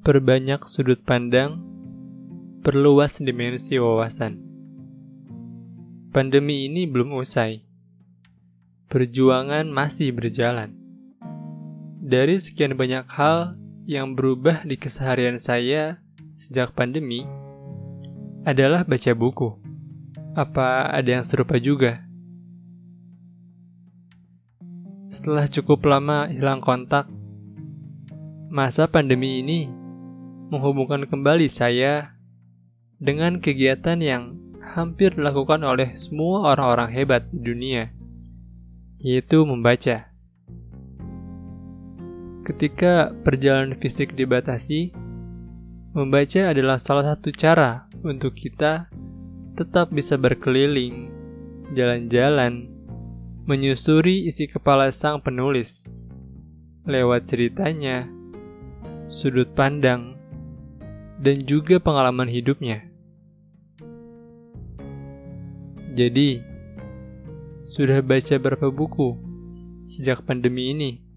Perbanyak sudut pandang, perluas dimensi wawasan. Pandemi ini belum usai. Perjuangan masih berjalan. Dari sekian banyak hal yang berubah di keseharian saya sejak pandemi, adalah baca buku. Apa ada yang serupa juga? Setelah cukup lama hilang kontak, masa pandemi ini menghubungkan kembali saya dengan kegiatan yang hampir dilakukan oleh semua orang-orang hebat di dunia, yaitu membaca. Ketika perjalanan fisik dibatasi, membaca adalah salah satu cara untuk kita tetap bisa berkeliling, jalan-jalan, menyusuri isi kepala sang penulis, lewat ceritanya, sudut pandang, dan juga pengalaman hidupnya. Jadi, sudah baca berapa buku sejak pandemi ini?